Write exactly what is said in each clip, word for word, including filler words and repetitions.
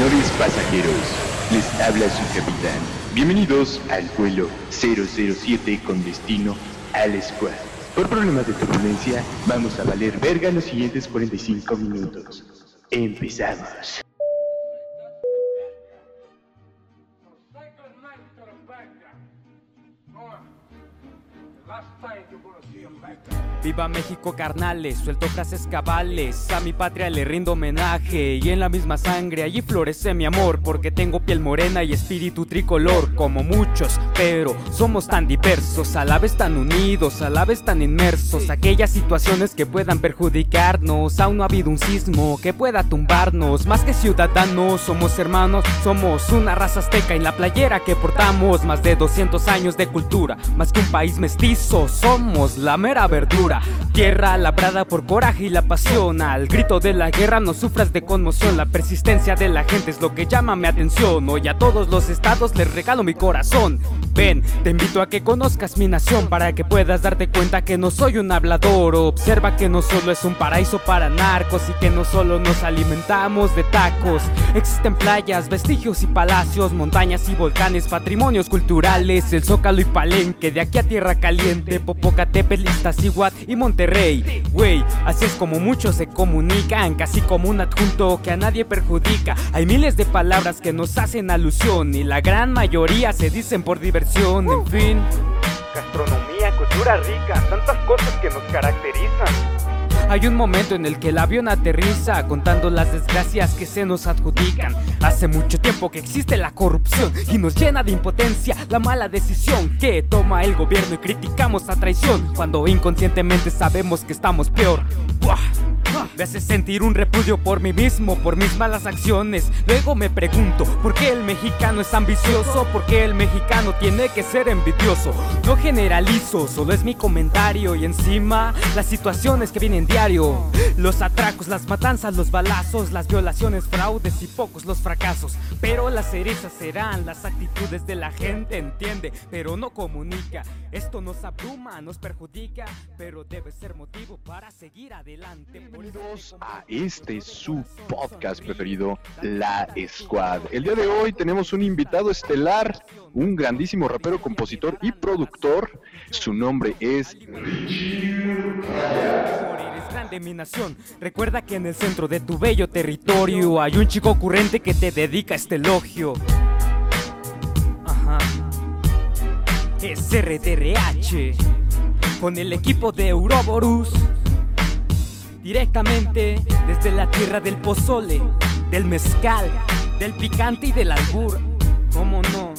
Señores pasajeros, les habla su capitán. Bienvenidos al vuelo cero cero siete con destino al Squad. Por problemas de turbulencia, vamos a valer verga los siguientes cuarenta y cinco minutos. Empezamos. Viva México, carnales, suelto frases cabales. A mi patria le rindo homenaje. Y en la misma sangre allí florece mi amor, porque tengo piel morena y espíritu tricolor. Como muchos, pero somos tan diversos, a la vez tan unidos, a la vez tan inmersos. Aquellas situaciones que puedan perjudicarnos, aún no ha habido un sismo que pueda tumbarnos. Más que ciudadanos, somos hermanos, somos una raza azteca en la playera que portamos. Más de doscientos años de cultura, más que un país mestizo, somos la mera verdura. Tierra labrada por coraje y la pasión. Al grito de la guerra no sufras de conmoción. La persistencia de la gente es lo que llama mi atención. Hoy a todos los estados les regalo mi corazón. Ven, te invito a que conozcas mi nación, para que puedas darte cuenta que no soy un hablador. Observa que no solo es un paraíso para narcos, y que no solo nos alimentamos de tacos. Existen playas, vestigios y palacios, montañas y volcanes, patrimonios culturales, el Zócalo y Palenque, de aquí a Tierra Caliente, Popocatépetl, Iztaccíhuatl y Monterrey. Güey, así es como muchos se comunican, casi como un adjunto que a nadie perjudica. Hay miles de palabras que nos hacen alusión, y la gran mayoría se dicen por diversión. En fin, gastronomía, cultura rica, tantas cosas que nos caracterizan. Hay un momento en el que el avión aterriza, contando las desgracias que se nos adjudican. Hace mucho tiempo que existe la corrupción, y nos llena de impotencia la mala decisión que toma el gobierno, y criticamos a traición cuando inconscientemente sabemos que estamos peor. ¡Buah! Me hace sentir un repudio por mí mismo, por mis malas acciones. Luego me pregunto, ¿por qué el mexicano es ambicioso? ¿Por qué el mexicano tiene que ser envidioso? No generalizo, solo es mi comentario. Y encima, las situaciones que vienen diario: los atracos, las matanzas, los balazos, las violaciones, fraudes y pocos los fracasos. Pero las cerezas serán las actitudes de la gente, entiende, pero no comunica. Esto nos abruma, nos perjudica, pero debe ser motivo para seguir adelante. Bienvenidos a este su podcast preferido, La Squad. El día de hoy tenemos un invitado estelar, un grandísimo rapero, compositor y productor. Su nombre es de mi nación. Recuerda que en el centro de tu bello territorio hay un chico ocurrente que te dedica este elogio. Ajá. Es R D R H con el equipo de Ouroboros, directamente desde la tierra del pozole, del mezcal, del picante y del albur. ¿Cómo no?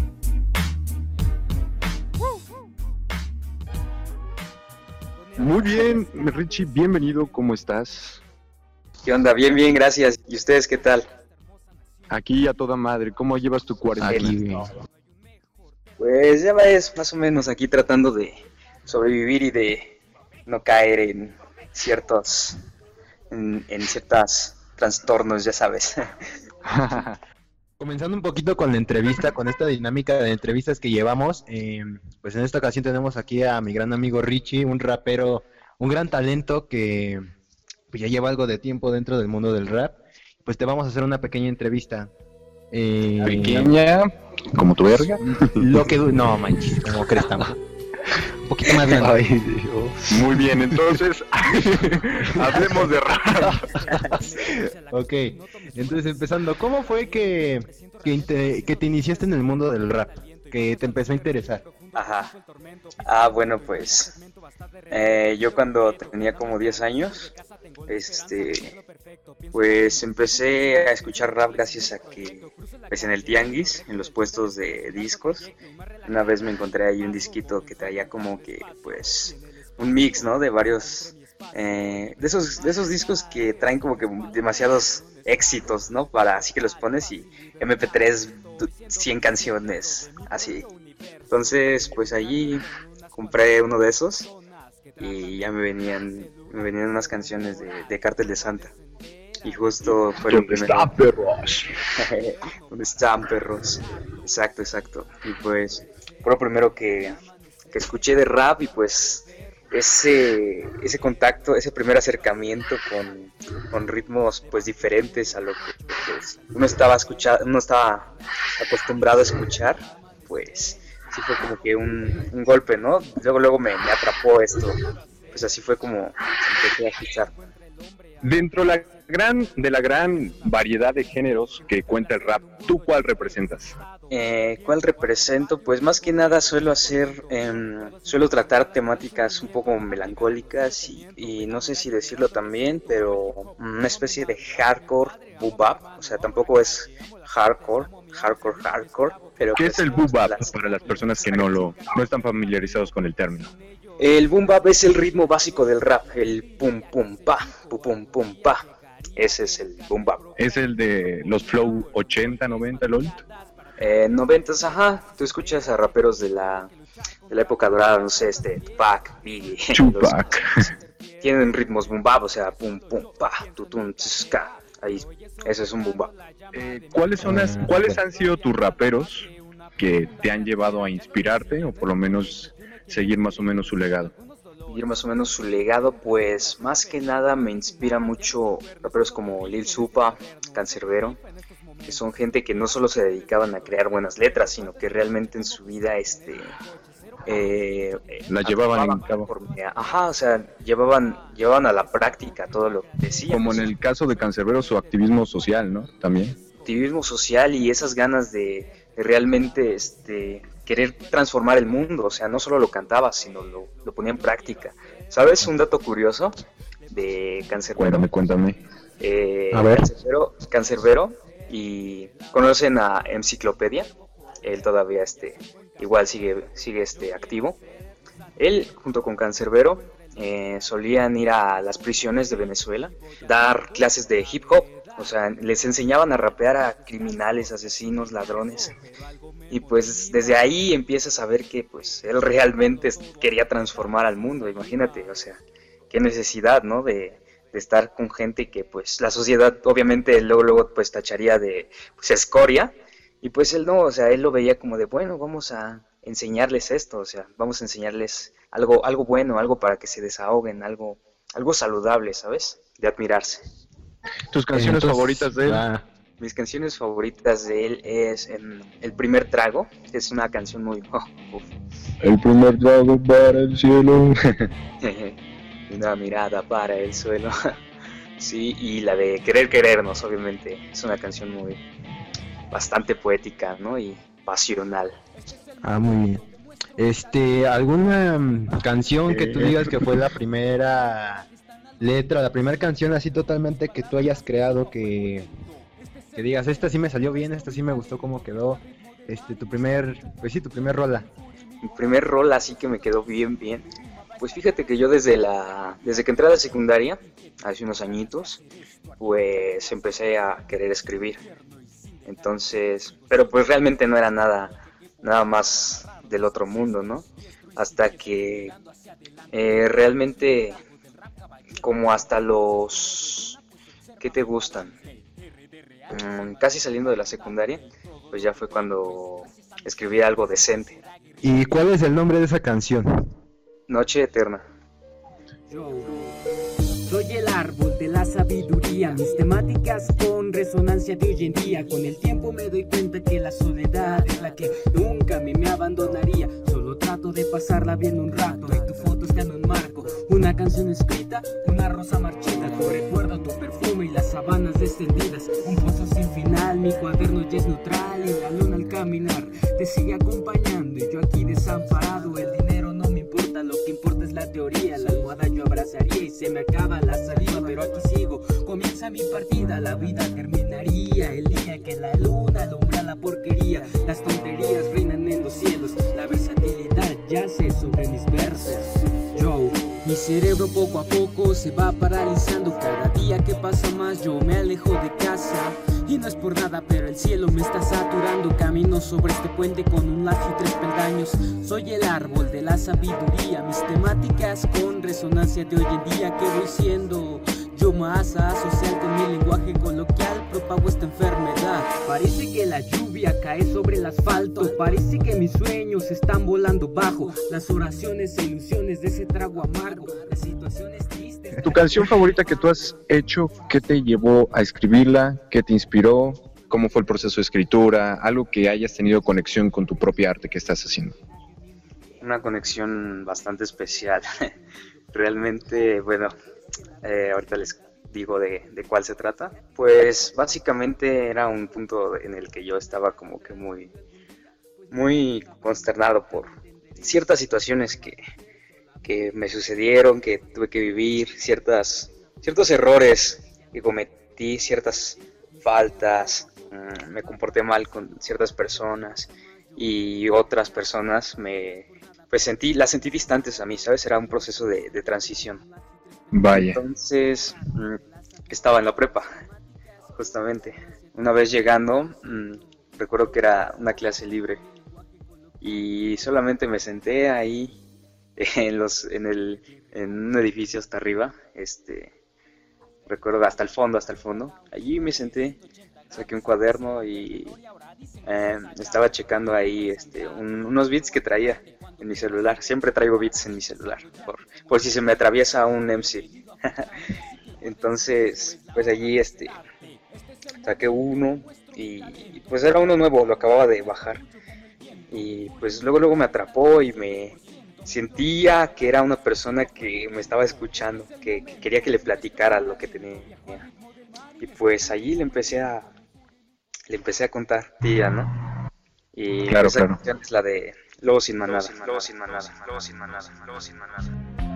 Muy bien, Richie, bienvenido, ¿cómo estás? ¿Qué onda? Bien, bien, gracias. ¿Y ustedes qué tal? Aquí a toda madre, ¿cómo llevas tu cuarentena? Aquí, pues ya ves, más o menos aquí tratando de sobrevivir y de no caer en ciertos, en, en ciertos trastornos, ya sabes. Comenzando un poquito con la entrevista, con esta dinámica de entrevistas que llevamos, eh, pues en esta ocasión tenemos aquí a mi gran amigo Richie, un rapero, un gran talento que pues ya lleva algo de tiempo dentro del mundo del rap. Pues te vamos a hacer una pequeña entrevista. Eh, Pequeña, como tu verga. Lo que du- no manches, como crees tan. Un poquito más grande. Ay, Dios. Muy bien, entonces hablemos de rap. Ok, entonces empezando, ¿cómo fue que, que, te, que te iniciaste en el mundo del rap? Que te empezó a interesar. Ajá. Ah, bueno, pues eh, yo cuando tenía como diez años, este, pues empecé a escuchar rap gracias a que, pues en el tianguis, en los puestos de discos, una vez me encontré ahí un disquito que traía como que, pues, un mix, ¿no? De varios, eh, de esos, de esos discos que traen como que demasiados éxitos, ¿no? Para así que los pones y eme pe tres, cien canciones, así. Entonces, pues allí compré uno de esos y ya me venían, me venían unas canciones de, de Cártel de Santa. Y justo fue lo ¿Dónde primero. están, perros? ¿Dónde están, perros? Exacto, exacto. Y pues fue lo primero que, que escuché de rap y pues ese, ese contacto, ese primer acercamiento con, con ritmos pues diferentes a lo que pues, uno estaba escuchando, uno estaba acostumbrado a escuchar, pues sí fue como que un, un golpe, ¿no? Luego luego me, me atrapó esto, pues así fue como empecé a escuchar. Dentro de la gran de la gran variedad de géneros que cuenta el rap, ¿tú cuál representas? Eh, ¿Cuál represento? Pues más que nada suelo hacer, eh, suelo tratar temáticas un poco melancólicas y, y no sé si decirlo también, pero una especie de hardcore bebop, o sea, tampoco es hardcore, hardcore, hardcore. Pero ¿qué pues, es el bebop las... para las personas que no lo no están familiarizados con el término? El boom bap es el ritmo básico del rap, el pum pum pa, pum pum pum pa. Ese es el boom bap. ¿Es el de los flow ochenta, noventa, LOL? Eh, noventas, ajá. Tú escuchas a raperos de la de la época dorada, no sé, este, Tupac, Biggie. Tupac. Los, tienen ritmos boom bap, o sea, pum pum pa, tutun tska. Ahí, ese es un boom bap. Eh, ¿cuáles son las, cuáles han sido tus raperos que te han llevado a inspirarte o por lo menos seguir más o menos su legado? Seguir más o menos su legado, pues más que nada me inspira mucho raperos como Lil Supa, Canserbero, que son gente que no solo se dedicaban a crear buenas letras, sino que realmente en su vida este eh, la llevaban en cabo. Por, ajá, o sea, llevaban llevaban a la práctica todo lo que decían. Como en el caso de Canserbero, su activismo social, ¿no? También. Activismo social y esas ganas de, de realmente este querer transformar el mundo, o sea, no solo lo cantaba, sino lo, lo ponía en práctica. ¿Sabes un dato curioso de Canserbero? Cuéntame, cuéntame. Eh, a ver. Canserbero, Canserbero, y conocen a Enciclopedia, él todavía este, igual sigue, sigue este, activo. Él, junto con Canserbero, eh, solían ir a las prisiones de Venezuela, dar clases de hip hop. O sea, les enseñaban a rapear a criminales, asesinos, ladrones. Y pues desde ahí empiezas a ver que pues él realmente quería transformar al mundo, imagínate, o sea, qué necesidad, ¿no? De, de estar con gente que pues la sociedad obviamente luego luego pues tacharía de pues escoria. Y pues él no, o sea, él lo veía como de, bueno, vamos a enseñarles esto, o sea, vamos a enseñarles algo, algo bueno, algo para que se desahoguen, algo, algo saludable, ¿sabes? De admirarse. ¿Tus canciones Entonces, favoritas de él? Ah, Mis canciones favoritas de él es em, El Primer Trago, es una canción muy... Oh, uf. El primer trago para el cielo. Una mirada para el suelo. Sí, y la de Querer Querernos, obviamente, es una canción muy... bastante poética, ¿no? Y pasional. ah, muy bien. Este, ¿alguna mm, canción que tú digas que fue la primera letra, la primera canción así totalmente que tú hayas creado que, que digas, esta sí me salió bien, esta sí me gustó cómo quedó, este, tu primer, pues sí, tu primer rola? Mi primer rola así que me quedó bien, bien. Pues fíjate que yo desde la, desde que entré a la secundaria, hace unos añitos, pues empecé a querer escribir. Entonces, pero pues realmente no era nada, nada más del otro mundo, ¿no? Hasta que eh, realmente, como hasta los, ¿qué te gustan? Mm, casi saliendo de la secundaria, pues ya fue cuando escribí algo decente. ¿Y cuál es el nombre de esa canción? Noche Eterna. Yo soy el árbol de la sabiduría, mis temáticas con resonancia de hoy en día. Con el tiempo me doy cuenta que la soledad es la que nunca a mí me abandonaría. Solo trato de pasarla bien un rato y tu foto está en un marco. Una canción escrita, una rosa marchita, tu recuerdo, tu perfume y las sabanas descendidas. Un pozo sin final, mi cuaderno ya es neutral y la luna al caminar te sigue acompañando y yo aquí desamparado. El dinero no me importa, lo que importa es la teoría. La almohada yo abrazaría y se me acaba la saliva, pero aquí sigo, comienza mi partida. La vida terminaría el día que la luna alumbra la porquería. Las tonterías reinan en los cielos, la versatilidad yace sobre mis versos. Yo, mi cerebro poco a poco se va paralizando. Cada día que pasa más yo me alejo de casa. Y no es por nada, pero el cielo me está saturando. Camino sobre este puente con un lazo y tres peldaños. Soy el árbol de la sabiduría, mis temáticas con resonancia de hoy en día. ¿Qué voy siendo? idioma asa social con mi lenguaje coloquial propago esta enfermedad. Parece que la lluvia cae sobre el asfalto, parece que mis sueños están volando bajo las oraciones e ilusiones de ese trago amargo, las situaciones tristes. ¿Tu canción favorita que tú has hecho, qué te llevó a escribirla? ¿Qué te inspiró? ¿Cómo fue el proceso de escritura? Algo que hayas tenido conexión con tu propia arte que estás haciendo. Una conexión bastante especial. Realmente, bueno, eh, ahorita les digo de, de cuál se trata. Pues básicamente era un punto en el que yo estaba como que muy, muy consternado por ciertas situaciones que, que me sucedieron, que tuve que vivir, ciertas, ciertos errores que cometí, ciertas faltas, mmm, me comporté mal con ciertas personas y otras personas me... pues sentí, las sentí distantes a mí, ¿sabes? Era un proceso de, de transición. Vaya. Entonces, mmm, estaba en la prepa, justamente. Una vez llegando, mmm, recuerdo que era una clase libre y solamente me senté ahí en los, en el, en un edificio hasta arriba, este, recuerdo hasta el fondo, hasta el fondo. Allí me senté, saqué un cuaderno y eh, estaba checando ahí, este, un, unos beats que traía en mi celular. Siempre traigo beats en mi celular por, por si se me atraviesa un M C. Entonces pues allí este saqué uno y pues era uno nuevo, lo acababa de bajar y pues luego luego me atrapó y me sentía que era una persona que me estaba escuchando, que, que quería que le platicara lo que tenía, y pues allí le empecé a le empecé a contar, tía, ¿no? Y claro, esa claro. canción es la de Lobo sin manada, lobo sin manada, lobo sin manada, lobo sin manada.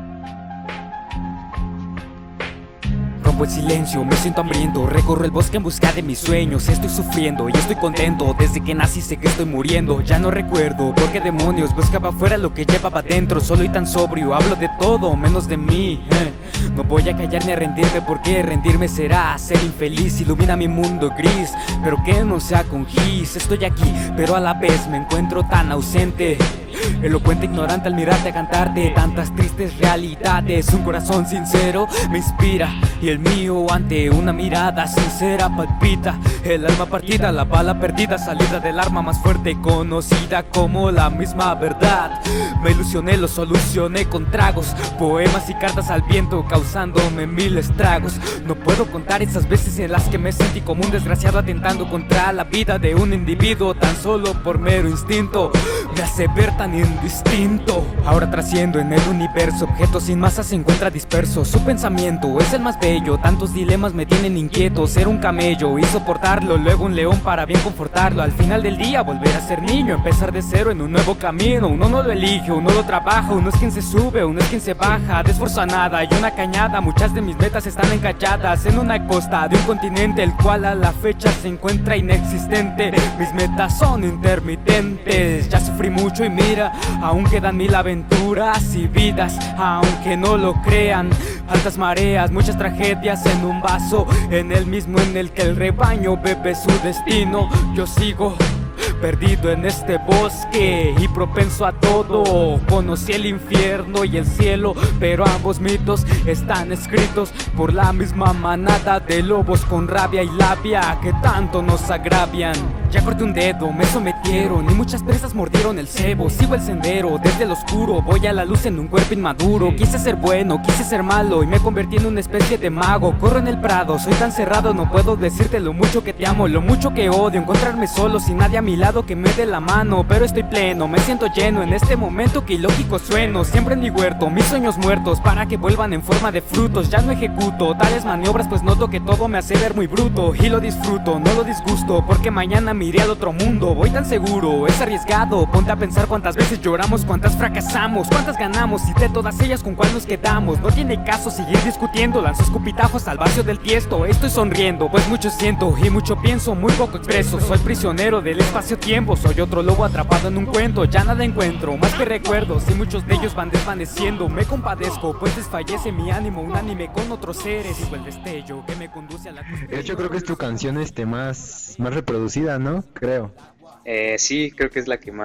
Rompo el silencio, me siento hambriento, recorro el bosque en busca de mis sueños. Estoy sufriendo y estoy contento, desde que nací sé que estoy muriendo. Ya no recuerdo por qué demonios buscaba afuera lo que llevaba dentro. Solo y tan sobrio, hablo de todo menos de mí, eh. No voy a callar ni a rendirme, porque rendirme será ser infeliz. Ilumina mi mundo gris, pero que no sea con gis. Estoy aquí, pero a la vez me encuentro tan ausente, elocuente, ignorante al mirarte a cantarte tantas tristes realidades. Un corazón sincero me inspira y el mío ante una mirada sincera palpita. El alma partida, la bala perdida, salida del arma más fuerte conocida como la misma verdad. Me ilusioné, lo solucioné con tragos, poemas y cartas al viento causándome mil estragos. No puedo contar esas veces en las que me sentí como un desgraciado atentando contra la vida de un individuo tan solo por mero instinto. Me hace ver tan indistinto. Ahora trasciendo en el universo, objeto sin masa se encuentra disperso. Su pensamiento es el más bello, tantos dilemas me tienen inquieto. Ser un camello y soportarlo, luego un león para bien confortarlo. Al final del día volver a ser niño, empezar de cero en un nuevo camino. Uno no lo elige, uno lo trabaja, uno es quien se sube, uno es quien se baja. De esfuerzo a nada y una cañada, muchas de mis metas están encalladas en una costa de un continente el cual a la fecha se encuentra inexistente. Mis metas son intermitentes, ya sufrí mucho y mira, aún quedan mil aventuras y vidas, aunque no lo crean. Altas mareas, muchas tragedias en un vaso, en el mismo en el que el rebaño bebe su destino. Yo sigo perdido en este bosque y propenso a todo. Conocí el infierno y el cielo, pero ambos mitos están escritos por la misma manada de lobos con rabia y labia que tanto nos agravian. Ya corté un dedo, me sometieron y muchas presas mordieron el cebo. Sigo el sendero desde el oscuro, voy a la luz en un cuerpo inmaduro. Quise ser bueno, quise ser malo y me convertí en una especie de mago. Corro en el prado, soy tan cerrado, no puedo decirte lo mucho que te amo, lo mucho que odio encontrarme solo sin nadie a mi lado que me dé la mano. Pero estoy pleno, me siento lleno en este momento que ilógico sueno. Siempre en mi huerto, mis sueños muertos para que vuelvan en forma de frutos. Ya no ejecuto tales maniobras pues noto que todo me hace ver muy bruto. Y lo disfruto, no lo disgusto, porque mañana me iré al otro mundo. Voy tan seguro, es arriesgado. Ponte a pensar cuántas veces lloramos, cuántas fracasamos, cuántas ganamos y de todas ellas con cuál nos quedamos. No tiene caso seguir discutiendo, lanzo escupitajos al vacío del tiesto. Estoy sonriendo, pues mucho siento y mucho pienso, muy poco expreso. Soy prisionero del espacio-tiempo, soy otro lobo atrapado en un cuento. Ya nada encuentro, más que recuerdos y muchos de ellos van desvaneciendo. Me compadezco, pues desfallece mi ánimo, unánime con otros seres. Sigo el destello que me conduce a la... De hecho creo que es tu canción este más, más reproducida, ¿no? Creo. Eh, sí, creo que es la que más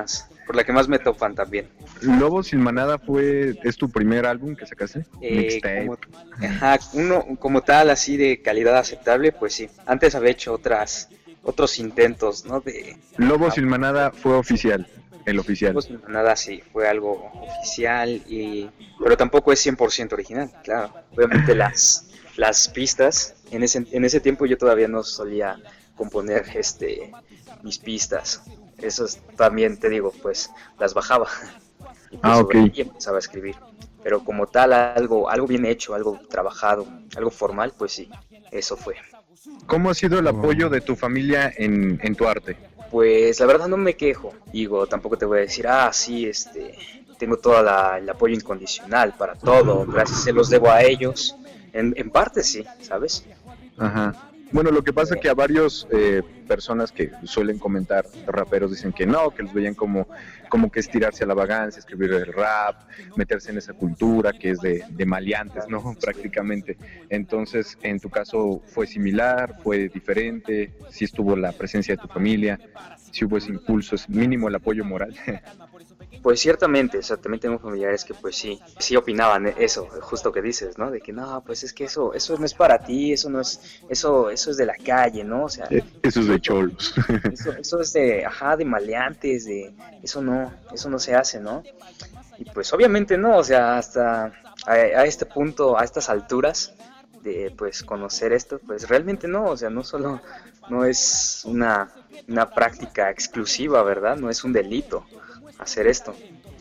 por la que más me topan también. Lobo Sin Manada fue, ¿es tu primer álbum que sacaste? Eh, como, ajá, uno como tal, así de calidad aceptable, pues sí. Antes había hecho otras, otros intentos, ¿no? De Lobo Sin Manada fue oficial, el oficial. Lobo Sin Manada sí, fue algo oficial, y pero tampoco es cien por ciento original, claro. Obviamente las, las pistas, en ese, en ese tiempo yo todavía no solía componer este mis pistas. Eso también te digo, pues las bajaba y, pues, ah, ok. y empezaba a escribir. Pero como tal, algo, algo bien hecho, algo trabajado, algo formal, pues sí, eso fue. ¿Cómo ha sido el apoyo de tu familia en, en tu arte? Pues la verdad no me quejo. Digo, tampoco te voy a decir, ah, sí, este, tengo todo la, el apoyo incondicional para todo, gracias, se los debo a ellos. En, en parte sí, ¿sabes? Ajá. Bueno, lo que pasa es que a varios eh, personas que suelen comentar, raperos, dicen que no, que los veían como, como que estirarse a la vagancia, escribir el rap, meterse en esa cultura que es de, de maleantes, ¿no? Prácticamente. Entonces, en tu caso, ¿fue similar? ¿Fue diferente? ¿Sí estuvo la presencia de tu familia? ¿Sí hubo ese impulso, ese mínimo el apoyo moral? Pues ciertamente, o sea, también tengo familiares que pues sí, sí opinaban eso, justo que dices, ¿no? De que no, pues es que eso, eso no es para ti, eso no es, eso, eso es de la calle, ¿no? O sea, eso es de cholos. Eso, eso es de, ajá, de maleantes, de, eso no, eso no se hace, ¿no? Y pues obviamente no, o sea, hasta a, a este punto, a estas alturas de pues conocer esto, pues realmente no, o sea, no solo, no es una, una práctica exclusiva, ¿verdad? No es un delito hacer esto.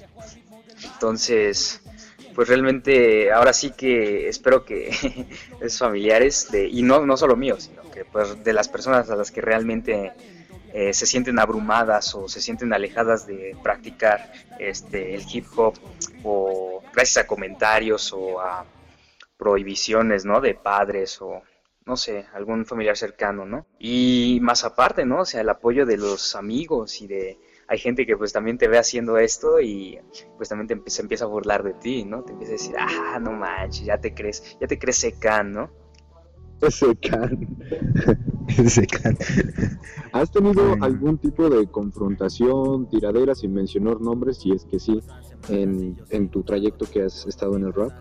Entonces, pues realmente ahora sí que espero que esos familiares de, y no, no solo míos, sino que pues de las personas a las que realmente eh, se sienten abrumadas o se sienten alejadas de practicar este el hip hop, o gracias a comentarios o a prohibiciones, ¿no? De padres o no sé, algún familiar cercano, ¿no? Y más aparte, ¿no? O sea, el apoyo de los amigos y de hay gente que pues también te ve haciendo esto y pues también te empieza, empieza a burlar de ti, ¿no? Te empieza a decir, ah, no manches, ya te crees, ya te crees Secan, ¿no? Secan. Secan. ¿Has tenido algún tipo de confrontación, tiradera, sin mencionar nombres, si es que sí, en, en tu trayecto que has estado en el rap?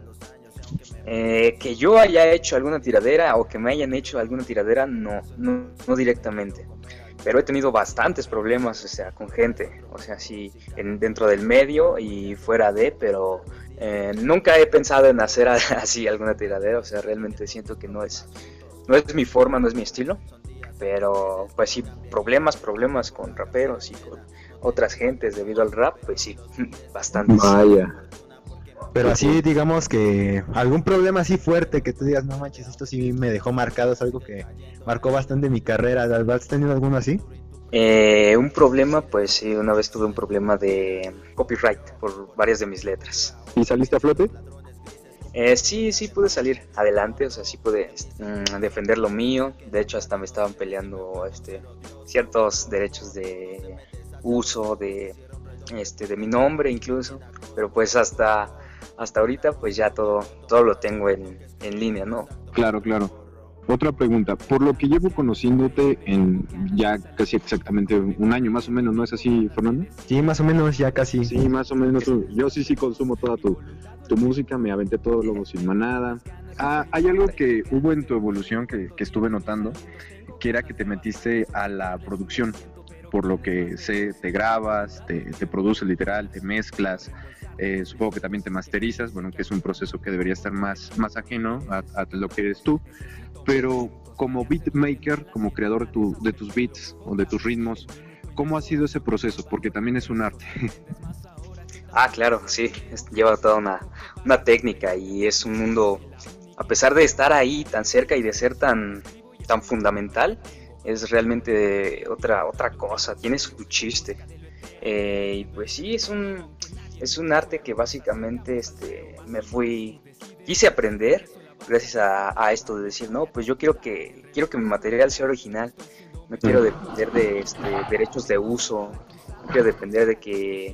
Eh, que yo haya hecho alguna tiradera o que me hayan hecho alguna tiradera, no, no, no directamente. Pero he tenido bastantes problemas, o sea, con gente, o sea, sí, en, dentro del medio y fuera de, pero eh, nunca he pensado en hacer así alguna tiradera, o sea, realmente siento que no es, no es mi forma, no es mi estilo, pero pues sí, problemas, problemas con raperos y con otras gentes debido al rap, pues sí, bastantes. Vaya. Pero así, digamos que algún problema así fuerte que tú digas, no manches, esto sí me dejó marcado, es algo que marcó bastante mi carrera. ¿Has tenido alguno así? Eh, un problema, pues sí, una vez tuve un problema de copyright por varias de mis letras. ¿Y saliste a flote? Eh, sí, sí pude salir adelante, o sea, sí pude um, defender lo mío. De hecho, hasta me estaban peleando este, ciertos derechos de uso de, este, de mi nombre incluso, pero pues hasta... Hasta ahorita pues ya todo todo lo tengo en, en línea, ¿no? Claro, claro. Otra pregunta, por lo que llevo conociéndote en ya casi exactamente un año más o menos, ¿no es así, Fernando? Sí, más o menos, ya casi. Sí, más o menos. Yo sí, sí consumo toda tu, tu música, me aventé todo Lobo Sin Manada. Ah, hay algo que hubo en tu evolución que, que estuve notando, que era que te metiste a la producción. Por lo que sé, te grabas, te, te produces literal, te mezclas, eh, supongo que también te masterizas, bueno, que es un proceso que debería estar más, más ajeno a, a lo que eres tú, pero como beatmaker, como creador de, tu, de tus beats o de tus ritmos, ¿cómo ha sido ese proceso? Porque también es un arte. Ah, claro, sí, es, lleva toda una, una técnica y es un mundo, a pesar de estar ahí tan cerca y de ser tan, tan fundamental, es realmente otra otra cosa, tiene su chiste. Eh, y pues sí, es un es un arte que básicamente este me fui quise aprender gracias a, a esto de decir, no, pues yo quiero que quiero que mi material sea original, no quiero depender de este, derechos de uso, no quiero depender de que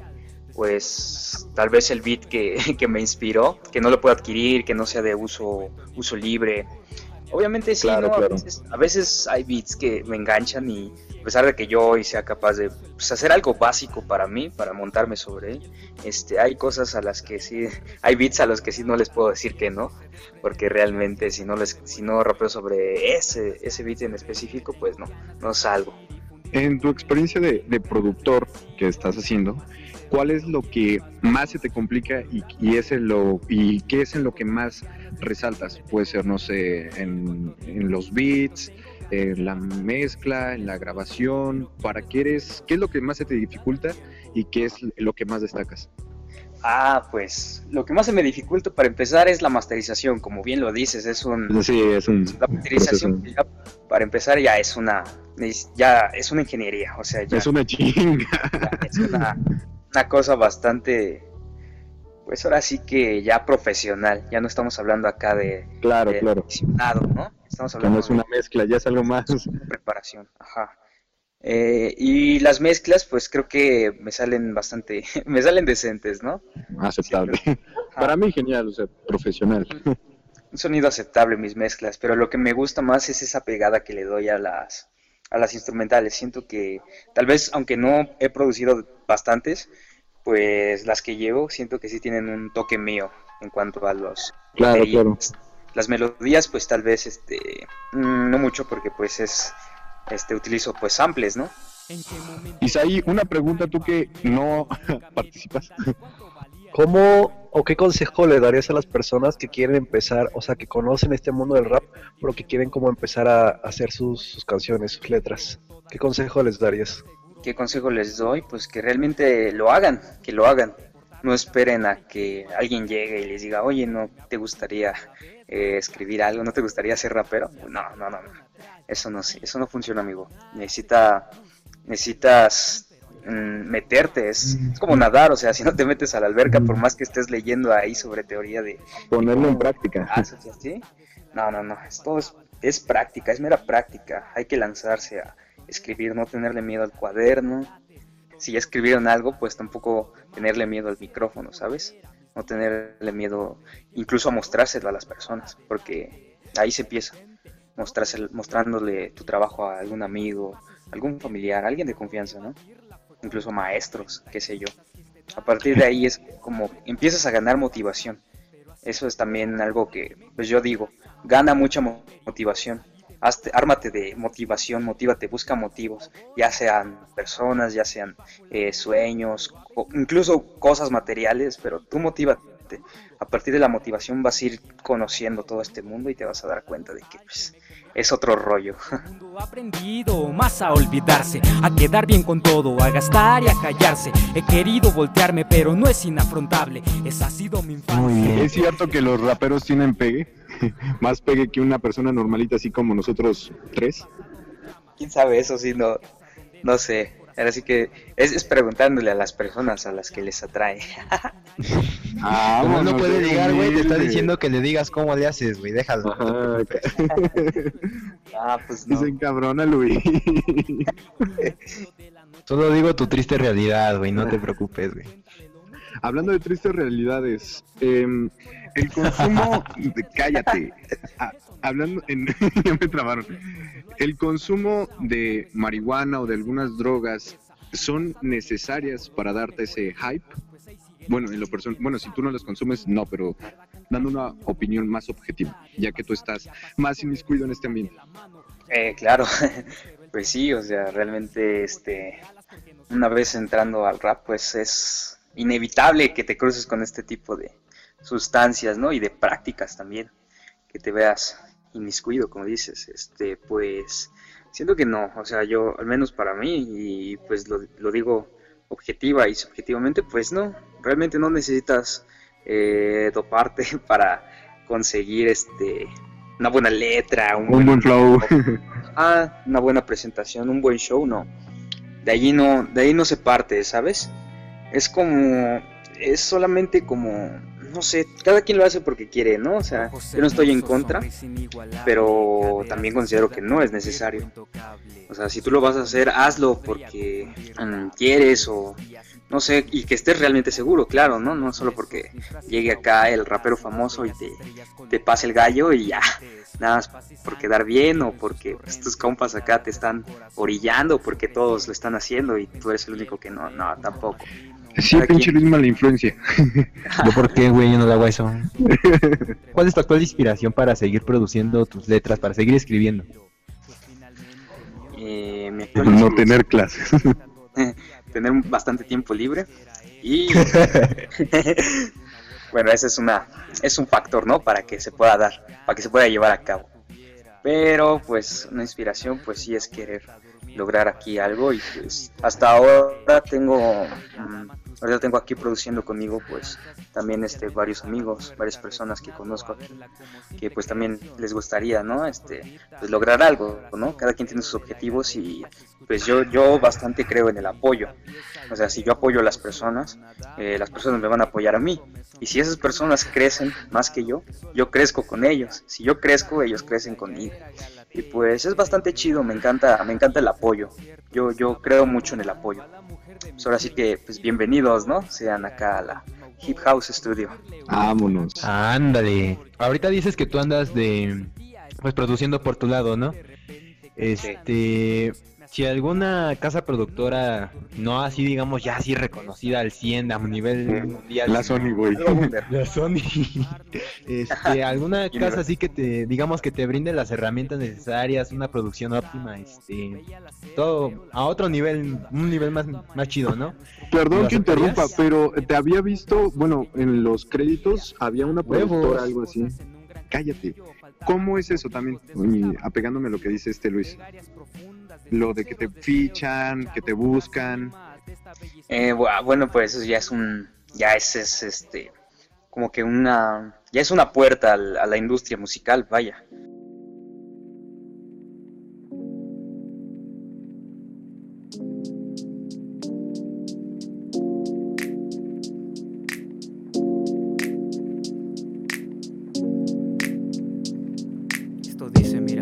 pues tal vez el beat que, que me inspiró, que no lo puedo adquirir, que no sea de uso uso libre. Obviamente sí, Claro, ¿no? A claro. veces, a veces hay beats que me enganchan y a pesar de que yo hoy sea capaz de pues, hacer algo básico para mí, para montarme sobre él, este, hay cosas a las que sí, hay beats a los que sí no les puedo decir que no, porque realmente si no les, si no rapeo sobre ese, ese beat en específico, pues no, no salgo. En tu experiencia de, de productor que estás haciendo, ¿cuál es lo que más se te complica y, y, es en lo, y qué es en lo que más resaltas? Puede ser, no sé, en, en los beats, en la mezcla, en la grabación. ¿Para qué eres? ¿Qué es lo que más se te dificulta y qué es lo que más destacas? Ah, pues lo que más se me dificulta para empezar es la masterización, como bien lo dices, es un... Sí, es un La masterización ya, para empezar ya es una ya es una ingeniería, o sea, ya es una chinga. Ya es una, una cosa bastante, pues ahora sí que ya profesional, ya no estamos hablando acá de Claro, de claro. aficionado, ¿no? Estamos Que hablando no es una de mezcla, ya es algo más preparación, ajá. Eh, y las mezclas, pues creo que me salen bastante, me salen decentes, ¿no? aceptable. Ajá. Para mí genial, o sea, profesional. Un sonido aceptable mis mezclas, pero lo que me gusta más es esa pegada que le doy a las a las instrumentales. Siento que tal vez, aunque no he producido bastantes, pues las que llevo siento que sí tienen un toque mío en cuanto a los Claro, baterías. claro. Las melodías, pues tal vez este mm, no mucho porque pues es este utilizo pues samples, ¿no? Isaí, una pregunta, tú que no participas. ¿Cómo o qué consejo le darías a las personas que quieren empezar, o sea, que conocen este mundo del rap, pero que quieren como empezar a hacer sus, sus canciones, sus letras? ¿Qué consejo les darías? ¿Qué consejo les doy? Pues que realmente lo hagan, que lo hagan. No esperen a que alguien llegue y les diga, oye, ¿no te gustaría eh, escribir algo? ¿No te gustaría ser rapero? No, no, no, no. Eso no, eso no funciona, amigo. Necesita, necesitas meterte, es, es como nadar, o sea, si no te metes a la alberca, por más que estés leyendo ahí sobre teoría de... Ponerlo en práctica. ¿Sí? No, no, no, esto es, es práctica, es mera práctica, hay que lanzarse a escribir, no tenerle miedo al cuaderno, si ya escribieron algo, pues tampoco tenerle miedo al micrófono, ¿sabes? No tenerle miedo incluso a mostrárselo a las personas, porque ahí se empieza, mostrárselo, mostrándole tu trabajo a algún amigo, algún familiar, alguien de confianza, ¿no? Incluso maestros, qué sé yo. A partir de ahí es como empiezas a ganar motivación. Eso es también algo que, pues yo digo, gana mucha motivación. Hazte, ármate de motivación, motívate, busca motivos, ya sean personas, ya sean eh, sueños, o incluso cosas materiales, pero tú motívate. A partir de la motivación vas a ir conociendo todo este mundo y te vas a dar cuenta de que pues, es otro rollo. Ha aprendido más a olvidarse, a quedar bien con todo, a gastar y a callarse. He querido voltearme, pero no es inafrontable. Esa ha sido mi infancia. ¿Es cierto que los raperos tienen pegue? Más pegue que una persona normalita así como nosotros tres. ¿Quién sabe? Eso sí, no, no sé. Así que es, es preguntándole a las personas a las que les atrae. Ah, como no, no puede ligar, güey, te está humilde. diciendo que le digas cómo le haces, güey, déjalo. Ajá. Ah, pues no. Dicen cabrona, Luis. Solo digo tu triste realidad, güey, no te preocupes, güey. Hablando de tristes realidades, eh, el consumo, cállate, ah, hablando, en, ya me trabaron, el consumo de marihuana o de algunas drogas son necesarias para darte ese hype. Bueno, en lo person- bueno, si tú no las consumes, no, pero dando una opinión más objetiva, ya que tú estás más inmiscuido en este ambiente. Eh, claro, pues sí, o sea, realmente, este, una vez entrando al rap, pues es inevitable que te cruces con este tipo de sustancias, ¿no? Y de prácticas también, que te veas inmiscuido, como dices, este, pues, siento que no, o sea, yo, al menos para mí, y pues lo, lo digo objetiva y subjetivamente, pues no, realmente no necesitas eh, doparte para conseguir, este, una buena letra, un, Un buen, buen flow. ah, una buena presentación, un buen show, no, de allí no, de ahí no se parte, ¿sabes? Es como, es solamente como, no sé, cada quien lo hace porque quiere, ¿no? O sea, yo no estoy en contra, pero también considero que no es necesario. O sea, si tú lo vas a hacer, hazlo porque um, quieres o, no sé, y que estés realmente seguro, claro, ¿no? No solo porque llegue acá el rapero famoso y te, te pase el gallo y ya, nada más por quedar bien o porque pues, tus compas acá te están orillando, porque todos lo están haciendo y tú eres el único que no, no, tampoco. Sí, Cada pinche quien- Luis mala influencia. ¿Yo por qué, güey? Yo no le hago eso. ¿Cuál es tu actual inspiración para seguir produciendo tus letras, para seguir escribiendo? eh, mi actual No inspiración- tener clases. tener bastante tiempo libre y bueno, ese es una es un factor, ¿no? Para que se pueda dar, para que se pueda llevar a cabo. Pero pues una inspiración pues sí es querer lograr aquí algo y pues hasta ahora tengo mm, ahorita tengo aquí produciendo conmigo pues también este varios amigos, varias personas que conozco aquí que pues también les gustaría, ¿no? Este pues lograr algo, ¿no? Cada quien tiene sus objetivos y pues yo yo bastante creo en el apoyo. O sea, si yo apoyo a las personas, eh, las personas me van a apoyar a mí. Y si esas personas crecen más que yo, yo crezco con ellos. Si yo crezco, ellos crecen conmigo. Y pues es bastante chido, me encanta, me encanta el apoyo. Yo, yo creo mucho en el apoyo. Pues ahora sí que, pues bienvenidos, ¿no? Sean acá a la Hip House Studio. Vámonos. Ándale. Ahorita dices que tú andas de, pues produciendo por tu lado, ¿no? Este, si alguna casa productora, no así digamos ya así reconocida al cien a nivel mundial. La Sony, güey. La Sony. Este, alguna casa así que te, digamos que te brinde las herramientas necesarias, una producción óptima, este, todo a otro nivel, un nivel más, más chido, ¿no? Perdón ¿Lo que interrumpa, aceptarías? pero te había visto, bueno, en los créditos había una Huevos. productora, algo así. Cállate. ¿Cómo es eso también? Y apegándome a lo que dice este Luis. Lo de que te fichan, que te buscan. Eh, bu- bueno, pues eso ya es un, ya es, es este, como que una, ya es una puerta al- a la industria musical, vaya. Esto dice, mira.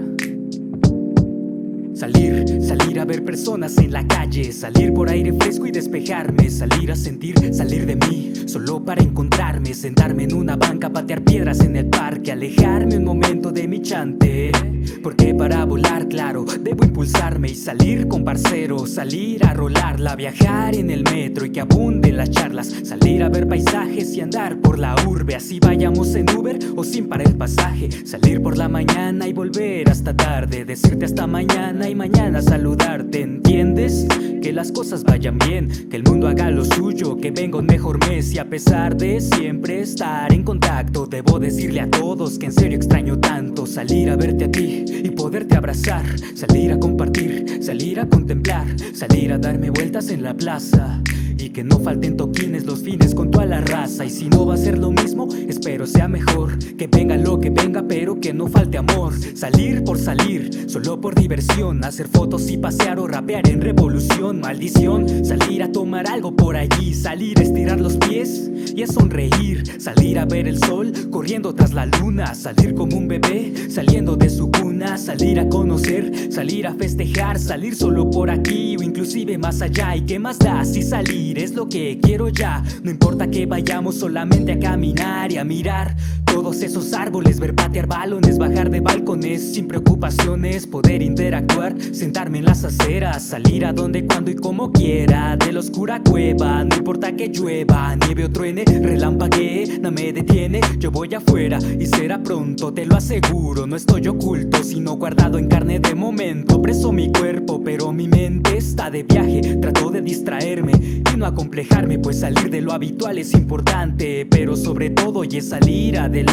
Salir, salir a ver personas en la calle, salir por aire fresco y despejarme, salir a sentir, salir de mí, solo para encontrarme, sentarme en una banca, patear piedras en el parque, alejarme un momento de mi chante. Porque para volar, claro, debo impulsarme y salir con parceros, salir a rolarla, viajar en el metro y que abunden las charlas, salir a ver paisajes y andar por la urbe, así vayamos en Uber o sin para el pasaje, salir por la mañana y volver hasta tarde, decirte hasta mañana y mañana saludarte, ¿entiendes? Que las cosas vayan bien, que el mundo haga lo suyo, que venga un mejor mes y a pesar de siempre estar en contacto, debo decirle a todos que en serio extraño tanto salir a verte a ti y poderte abrazar, salir a compartir, salir a contemplar, salir a darme vueltas en la plaza. Y que no falten toquines los fines con toda la raza. Y si no va a ser lo mismo, espero sea mejor. Que venga lo que venga, pero que no falte amor. Salir por salir, solo por diversión. Hacer fotos y pasear o rapear en revolución. Maldición, salir a tomar algo por allí. Salir a estirar los pies y a sonreír. Salir a ver el sol corriendo tras la luna. Salir como un bebé saliendo de su cuna. Salir a conocer, salir a festejar. Salir solo por aquí o inclusive más allá. ¿Y qué más da si salir es lo que quiero ya? No importa que vayamos solamente a caminar y a mirar todos esos árboles, ver patear balones, bajar de balcones sin preocupaciones, poder interactuar, sentarme en las aceras, salir a donde, cuando y como quiera, de la oscura cueva, no importa que llueva, nieve o truene, relampaguee, no me detiene, yo voy afuera y será pronto, te lo aseguro, no estoy oculto, sino guardado en carne de momento, preso mi cuerpo, pero mi mente está de viaje, trato de distraerme y no acomplejarme, pues salir de lo habitual es importante, pero sobre todo y es salir adelante.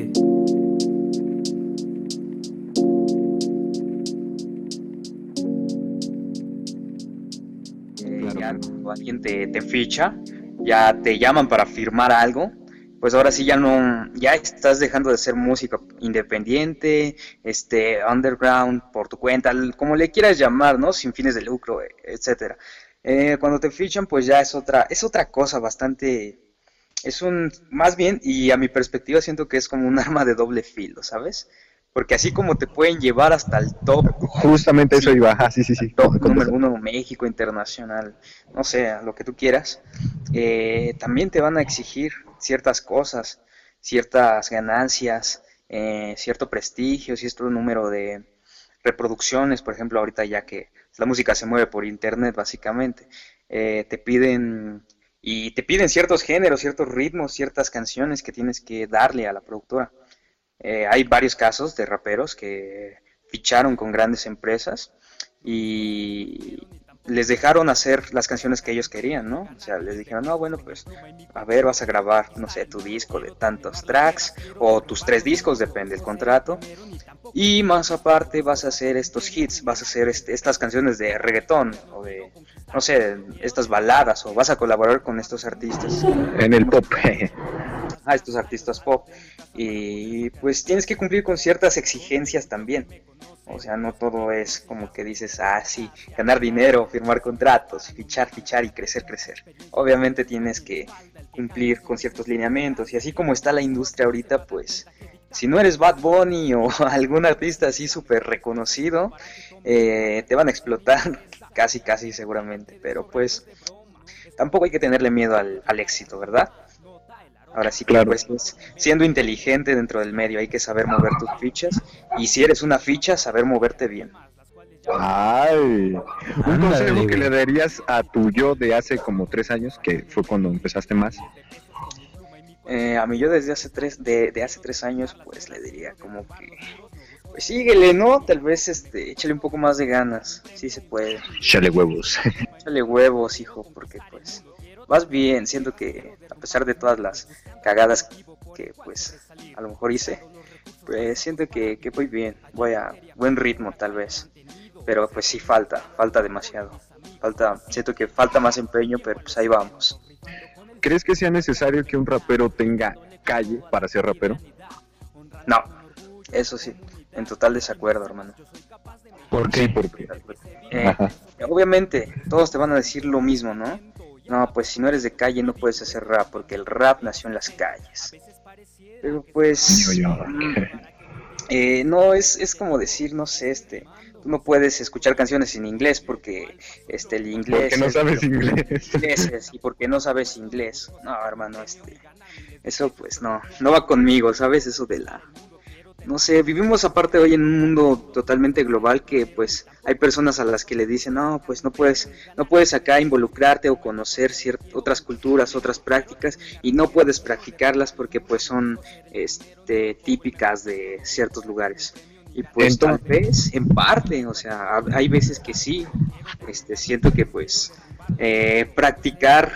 Eh, ya cuando alguien te, te ficha, ya te llaman para firmar algo, pues ahora sí ya no, ya estás dejando de ser música independiente, este, underground, por tu cuenta, como le quieras llamar, ¿no? Sin fines de lucro, etcétera. Eh, cuando te fichan, pues ya es otra, es otra cosa bastante, es un, más bien, y a mi perspectiva siento que es como un arma de doble filo, ¿sabes? Porque así como te pueden llevar hasta el top, Justamente eso iba, ajá, sí, sí, sí. top número uno México, internacional, no sé, lo que tú quieras, eh, también te van a exigir ciertas cosas, ciertas ganancias, eh, cierto prestigio, cierto número de reproducciones, por ejemplo, ahorita ya que la música se mueve por internet básicamente, eh, te piden y te piden ciertos géneros, ciertos ritmos, ciertas canciones que tienes que darle a la productora. Eh, hay varios casos de raperos que ficharon con grandes empresas y les dejaron hacer las canciones que ellos querían, ¿no? O sea, les dijeron, no, bueno, pues, a ver, vas a grabar, no sé, tu disco de tantos tracks, o tus tres discos, depende del contrato, y más aparte vas a hacer estos hits, vas a hacer este, estas canciones de reggaetón, o de, no sé, estas baladas, o vas a colaborar con estos artistas. En el pop. A estos artistas pop, y pues tienes que cumplir con ciertas exigencias también. O sea, no todo es como que dices, ah, sí, ganar dinero, firmar contratos, fichar, fichar y crecer, crecer. Obviamente tienes que cumplir con ciertos lineamientos. Y así como está la industria ahorita, pues, si no eres Bad Bunny o algún artista así súper reconocido, eh, te van a explotar casi, casi seguramente. Pero pues, tampoco hay que tenerle miedo al, al éxito, ¿verdad? Ahora sí que claro. Pues siendo inteligente dentro del medio hay que saber mover tus fichas y si eres una ficha, saber moverte bien. Ay, un consejo que le darías a tu yo de hace como tres años, que fue cuando empezaste más. Eh, a mi yo desde hace tres, de, de hace tres años, pues le diría como que, pues síguele, ¿no? Tal vez este, échale un poco más de ganas, sí se puede. Échale huevos. Échale huevos, hijo, porque pues vas bien, siento que a pesar de todas las cagadas que pues a lo mejor hice, pues siento que, que voy bien, voy a buen ritmo tal vez, pero pues sí falta, falta demasiado, falta, siento que falta más empeño, pero pues ahí vamos. ¿Crees que sea necesario que un rapero tenga calle para ser rapero? No, eso sí, en total desacuerdo, hermano. ¿Por qué? ¿Por qué? Eh, obviamente, todos te van a decir lo mismo, ¿no? No, pues si no eres de calle no puedes hacer rap, porque el rap nació en las calles. Pero pues... Yo, yo, eh, no, es, es como decir, no sé, este... Tú no puedes escuchar canciones en inglés porque este, el inglés... Porque no es, sabes inglés. inglés. Y porque no sabes inglés. No, hermano, este... Eso pues no, no va conmigo, ¿sabes? Eso de la... No sé, vivimos aparte hoy en un mundo totalmente global que pues hay personas a las que le dicen, no, pues no puedes, no puedes acá involucrarte o conocer ciertas otras culturas, otras prácticas y no puedes practicarlas porque pues son este, típicas de ciertos lugares. Y pues Entonces... tal vez, en parte, o sea, hay veces que sí, este, siento que pues eh, practicar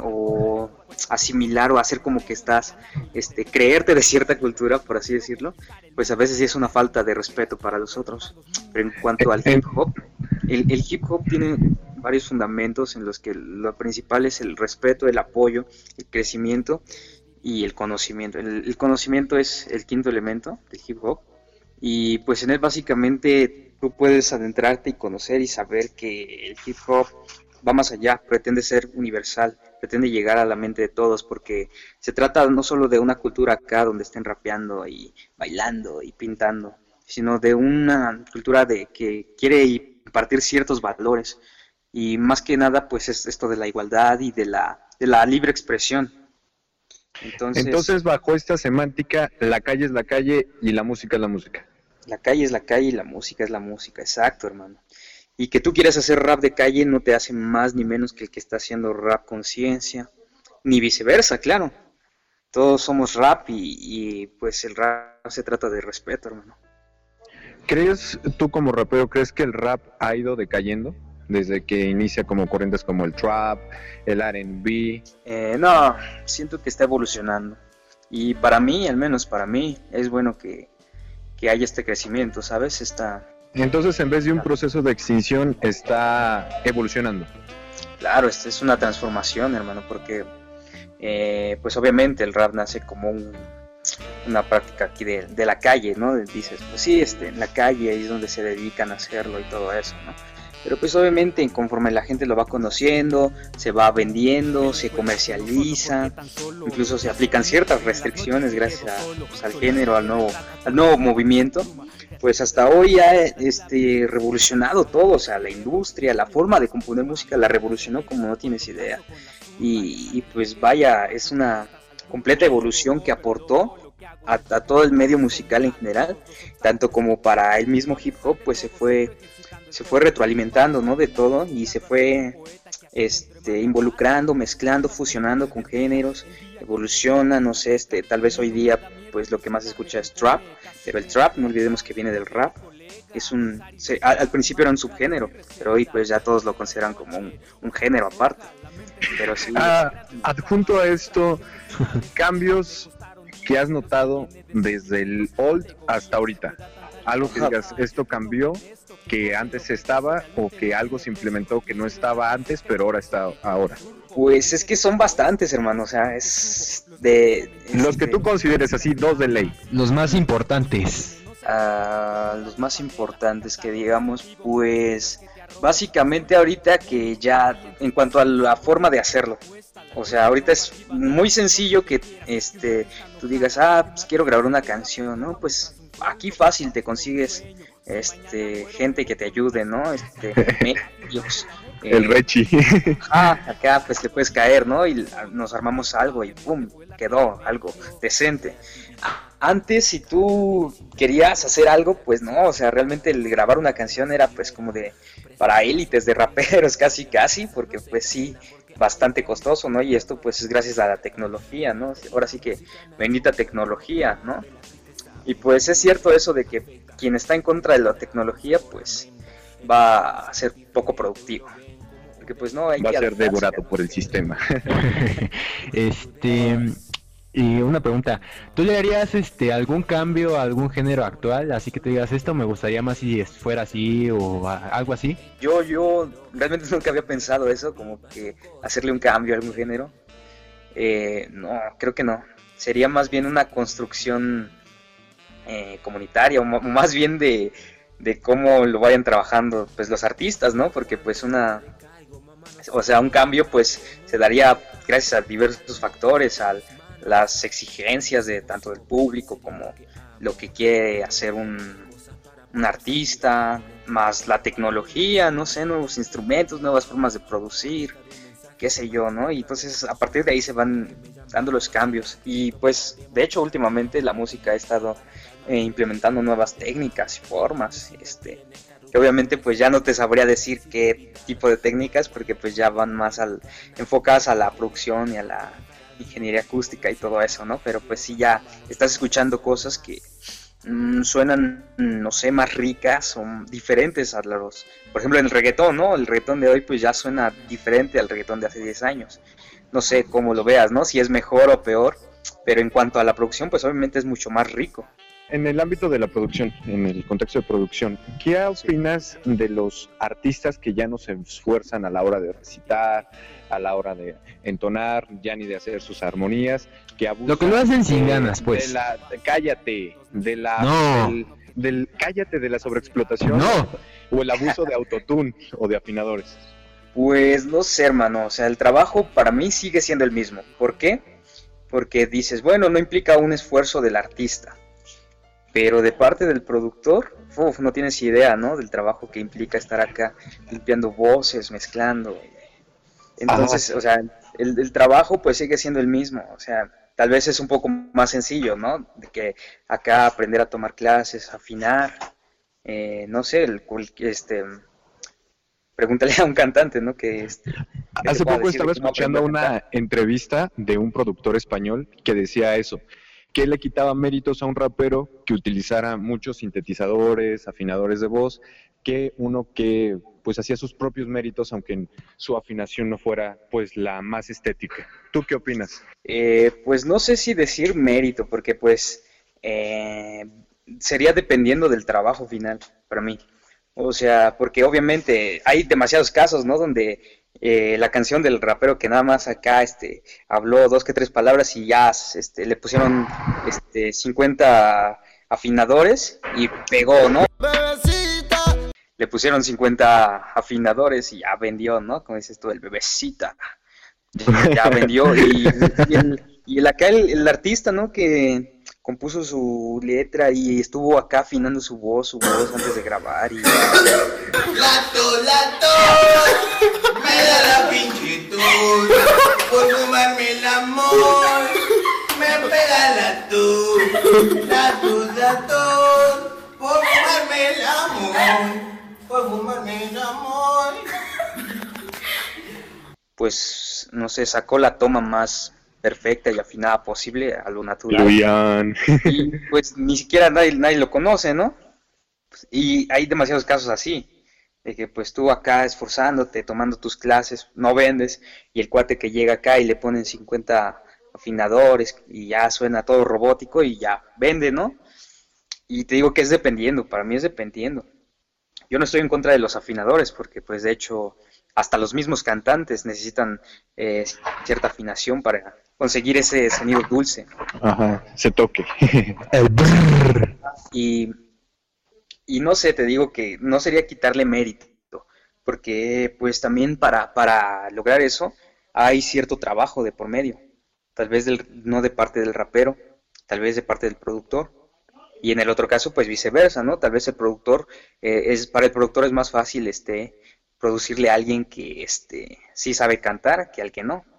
o asimilar o hacer como que estás, este, creerte de cierta cultura, por así decirlo, pues a veces sí es una falta de respeto para los otros. Pero en cuanto al hip hop, el, el hip hop tiene varios fundamentos en los que lo principal es el respeto, el apoyo, el crecimiento y el conocimiento. El, el conocimiento es el quinto elemento del hip hop y pues en él básicamente tú puedes adentrarte y conocer y saber que el hip hop va más allá, pretende ser universal, pretende llegar a la mente de todos, porque se trata no solo de una cultura acá donde estén rapeando y bailando y pintando, sino de una cultura de que quiere impartir ciertos valores, y más que nada pues es esto de la igualdad y de la, de la libre expresión. Entonces, Entonces, bajo esta semántica, la calle es la calle y la música es la música. La calle es la calle y la música es la música, exacto, hermano. Y que tú quieras hacer rap de calle no te hace más ni menos que el que está haciendo rap con ciencia, ni viceversa, claro. Todos somos rap y, y pues el rap se trata de respeto, hermano. ¿Crees, tú como rapero, crees que el rap ha ido decayendo desde que inicia como corrientes como el trap, el R and B? Eh, no, siento que está evolucionando. Y para mí, al menos para mí, es bueno que, que haya este crecimiento, ¿sabes? Esta... Entonces, en vez de un proceso de extinción, está evolucionando. Claro, esta es una transformación, hermano, porque eh, pues obviamente el rap nace como un, una práctica aquí de, de la calle, ¿no? Dices, pues sí, este, en la calle es donde se dedican a hacerlo y todo eso, ¿no? Pero pues obviamente conforme la gente lo va conociendo, se va vendiendo, se comercializa, incluso se aplican ciertas restricciones gracias a, pues, al género, al nuevo, al nuevo movimiento. Pues hasta hoy ha este, revolucionado todo, o sea, la industria, la forma de componer música la revolucionó como no tienes idea. Y, y pues vaya, es una completa evolución que aportó a, a todo el medio musical en general, tanto como para el mismo hip hop, pues se fue se fue retroalimentando, ¿no? De todo, y se fue este involucrando, mezclando, fusionando con géneros, evoluciona, no sé, este tal vez hoy día pues lo que más se escucha es trap, pero el trap no olvidemos que viene del rap. Es un se, al, al principio era un subgénero, pero hoy pues ya todos lo consideran como un, un género aparte. Pero sí. Ah, adjunto a esto, cambios que has notado desde el old hasta ahorita. Algo que digas, esto cambió, que antes estaba, o que algo se implementó que no estaba antes, pero ahora está ahora. Pues es que son bastantes, hermano, o sea, es de... Es Los que de, tú consideres así, dos de ley. Los más importantes. Uh, los más importantes que digamos, pues básicamente ahorita que ya en cuanto a la forma de hacerlo, o sea, ahorita es muy sencillo que este tú digas, ah, pues quiero grabar una canción, ¿no? Pues aquí fácil te consigues este gente que te ayude, ¿no? Este medios, eh, el Rechi. Ah, acá pues te puedes caer, ¿no? Y nos armamos algo y pum, quedó algo decente. Antes, si tú querías hacer algo, pues no, o sea, realmente el grabar una canción era pues como de para élites de raperos, casi casi, porque pues sí, bastante costoso, ¿no? Y esto pues es gracias a la tecnología, ¿no? Ahora sí que bendita tecnología, ¿no? Y pues es cierto eso de que quien está en contra de la tecnología, pues va a ser poco productivo. Porque pues no hay va que a ser devorado por el sistema. este... Y una pregunta, ¿tú le harías este algún cambio a algún género actual? Así que te digas, esto me gustaría más si fuera así o a, algo así. Yo, yo realmente nunca había pensado eso, como que hacerle un cambio a algún género. Eh, no, creo que no. Sería más bien una construcción eh, comunitaria, o m- más bien de, de cómo lo vayan trabajando pues los artistas, ¿no? Porque pues una... O sea, un cambio pues se daría gracias a diversos factores, al las exigencias de tanto del público como lo que quiere hacer un, un artista, más la tecnología, no sé, nuevos instrumentos, nuevas formas de producir, qué sé yo, ¿no? Y entonces a partir de ahí se van dando los cambios. Y pues de hecho últimamente la música ha estado eh, implementando nuevas técnicas y formas, este, que obviamente pues ya no te sabría decir qué tipo de técnicas, porque pues ya van más al, enfocadas a la producción y a la ingeniería acústica y todo eso, ¿no? Pero pues sí, ya estás escuchando cosas que mmm, suenan, no sé, más ricas o diferentes a los... Por ejemplo, en el reggaetón, ¿no? El reggaetón de hoy pues ya suena diferente al reggaetón de hace diez años. No sé cómo lo veas, ¿no? Si es mejor o peor, pero en cuanto a la producción, pues obviamente es mucho más rico. En el ámbito de la producción, en el contexto de producción, ¿qué opinas de los artistas que ya no se esfuerzan a la hora de recitar, a la hora de entonar, ya ni de hacer sus armonías, que abusan? Lo que lo hacen sin ganas, pues. De la, de, cállate, de la... No. Del, del, cállate de la sobreexplotación. No. O el abuso de autotune o de afinadores. Pues no sé, hermano, o sea, el trabajo para mí sigue siendo el mismo. ¿Por qué? Porque dices, bueno, no implica un esfuerzo del artista. Pero de parte del productor, uf, no tienes idea, ¿no? Del trabajo que implica estar acá limpiando voces, mezclando. Entonces, ah. o sea, el, el trabajo pues sigue siendo el mismo. O sea, tal vez es un poco más sencillo, ¿no? De que acá aprender a tomar clases, afinar, eh, no sé, el, este, pregúntale a un cantante, ¿no? Que este, hace poco estaba escuchando una entrevista de un productor español que decía eso, que le quitaba méritos a un rapero que utilizara muchos sintetizadores, afinadores de voz, que uno que pues hacía sus propios méritos, aunque su afinación no fuera pues la más estética. ¿Tú qué opinas? Eh, pues no sé si decir mérito, porque pues eh, sería dependiendo del trabajo final para mí. O sea, porque obviamente hay demasiados casos, ¿no? Donde eh, la canción del rapero que nada más acá este habló dos que tres palabras y ya este, le pusieron este cincuenta afinadores y pegó, ¿no? Bebecita. Le pusieron cincuenta afinadores y ya vendió, ¿no? Como dices tú, el bebecita. Ya vendió y, y, el, y el acá el, el artista, ¿no? Que compuso su letra y estuvo acá afinando su voz, su voz antes de grabar y... Lato, lato, me da la pinchitud, por fumarme el amor, me pega la tú. Lato, lato, por fumarme el amor, por fumarme el amor. Pues, no sé, sacó la toma más perfecta y afinada posible a lo natural. Luyan. Y pues ni siquiera nadie, nadie lo conoce, ¿no? Y hay demasiados casos así, de que pues tú acá esforzándote, tomando tus clases, no vendes, y el cuate que llega acá y le ponen cincuenta afinadores y ya suena todo robótico y ya vende, ¿no? Y te digo que es dependiendo, para mí es dependiendo. Yo no estoy en contra de los afinadores, porque pues de hecho hasta los mismos cantantes necesitan eh, cierta afinación para conseguir ese sonido dulce. Ajá, se toque. El brrr. Y, y no sé, te digo que no sería quitarle mérito, porque pues también para, para lograr eso hay cierto trabajo de por medio, tal vez del, no de parte del rapero, tal vez de parte del productor, y en el otro caso pues viceversa, ¿no? Tal vez el productor, eh, es para el productor es más fácil este producirle a alguien que este sí sabe cantar que al que no.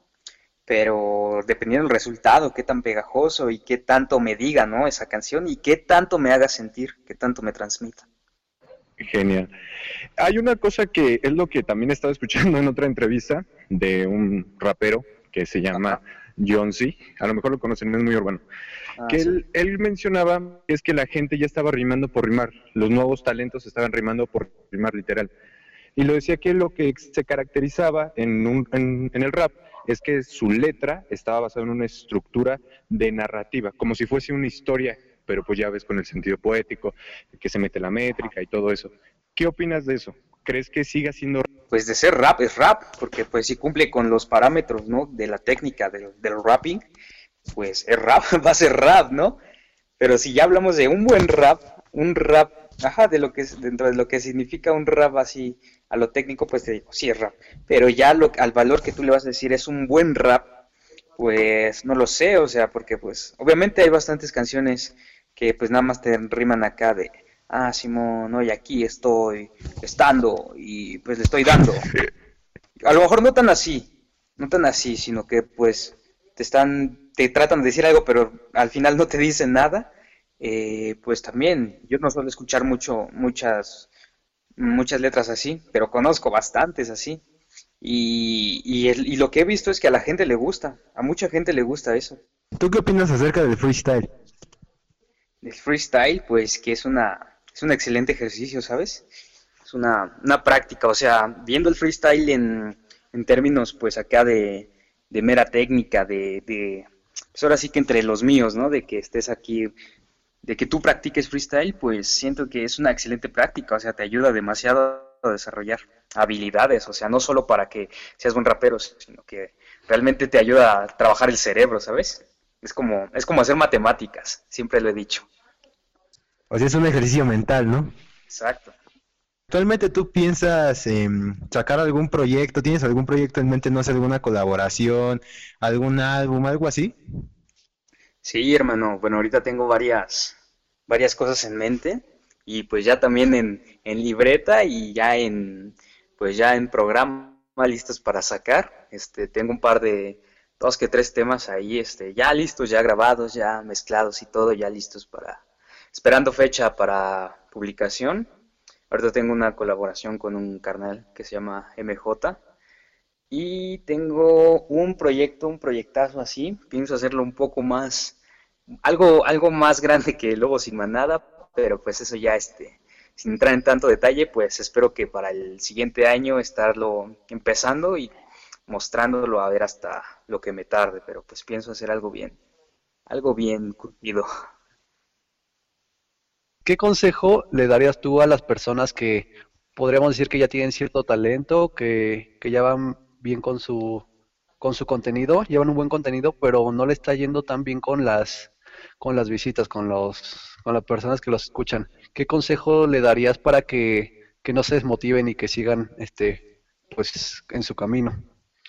Pero dependiendo del resultado, qué tan pegajoso y qué tanto me diga, ¿no? Esa canción y qué tanto me haga sentir, qué tanto me transmita. Genial. Hay una cosa que es lo que también he estado escuchando en otra entrevista de un rapero que se llama Jonsi, a lo mejor lo conocen, es muy urbano, Ah, que sí. él, él mencionaba que es que la gente ya estaba rimando por rimar, los nuevos talentos estaban rimando por rimar literal. Y lo decía que lo que se caracterizaba en, un, en, en el rap es que su letra estaba basada en una estructura de narrativa, como si fuese una historia, pero pues ya ves con el sentido poético, que se mete la métrica y todo eso. ¿Qué opinas de eso? ¿Crees que siga siendo Pues de ser rap es rap, porque pues si cumple con los parámetros, ¿no? De la técnica del, del rapping, pues es rap, va a ser rap, ¿no? Pero si ya hablamos de un buen rap, un rap, ajá, de lo que es, dentro de lo que significa un rap así a lo técnico, pues te digo, sí es rap. Pero ya lo, al valor que tú le vas a decir es un buen rap, pues no lo sé, o sea, porque pues obviamente hay bastantes canciones que pues nada más te riman acá de, ah, Simón, hoy aquí estoy estando y pues le estoy dando. A lo mejor no tan así, no tan así, sino que pues te están, te tratan de decir algo, pero al final no te dicen nada. Eh, pues también, yo no suelo escuchar mucho, muchas, muchas letras así, pero conozco bastantes así. Y, y, el- y lo que he visto es que a la gente le gusta, a mucha gente le gusta eso. ¿Tú qué opinas acerca del freestyle? El freestyle, pues que es una, es un excelente ejercicio, ¿sabes? Es una, una práctica, o sea, viendo el freestyle en, en términos, pues acá de, de mera técnica, de, de, pues ahora sí que entre los míos, ¿no? De que estés aquí, de que tú practiques freestyle, pues siento que es una excelente práctica, o sea, te ayuda demasiado a desarrollar habilidades, o sea, no solo para que seas buen rapero, sino que realmente te ayuda a trabajar el cerebro, ¿sabes? Es como, es como hacer matemáticas, siempre lo he dicho. O sea, es un ejercicio mental, ¿no? Exacto. ¿Actualmente tú piensas en sacar algún proyecto? ¿Tienes algún proyecto en mente? No sé, alguna colaboración, algún álbum, algo así. Sí, hermano, bueno, ahorita tengo varias, varias cosas en mente y pues ya también en, en libreta y ya en, pues ya en programa listos para sacar. Este, tengo un par de, dos que tres temas ahí, este, ya listos, ya grabados, ya mezclados y todo, ya listos para, esperando fecha para publicación. Ahorita tengo una colaboración con un carnal que se llama M J. Y tengo un proyecto, un proyectazo así, pienso hacerlo un poco más, algo, algo más grande que Lobo Sin Manada, pero pues eso ya, este, sin entrar en tanto detalle, pues espero que para el siguiente año estarlo empezando y mostrándolo a ver hasta lo que me tarde, pero pues pienso hacer algo bien, algo bien curtido. ¿Qué consejo le darías tú a las personas que podríamos decir que ya tienen cierto talento, que, que ya van bien con su, con su contenido, llevan un buen contenido, pero no le está yendo tan bien con las, con las visitas, con los, con las personas que los escuchan? ¿Qué consejo le darías para que, que no se desmotiven y que sigan este, pues, en su camino?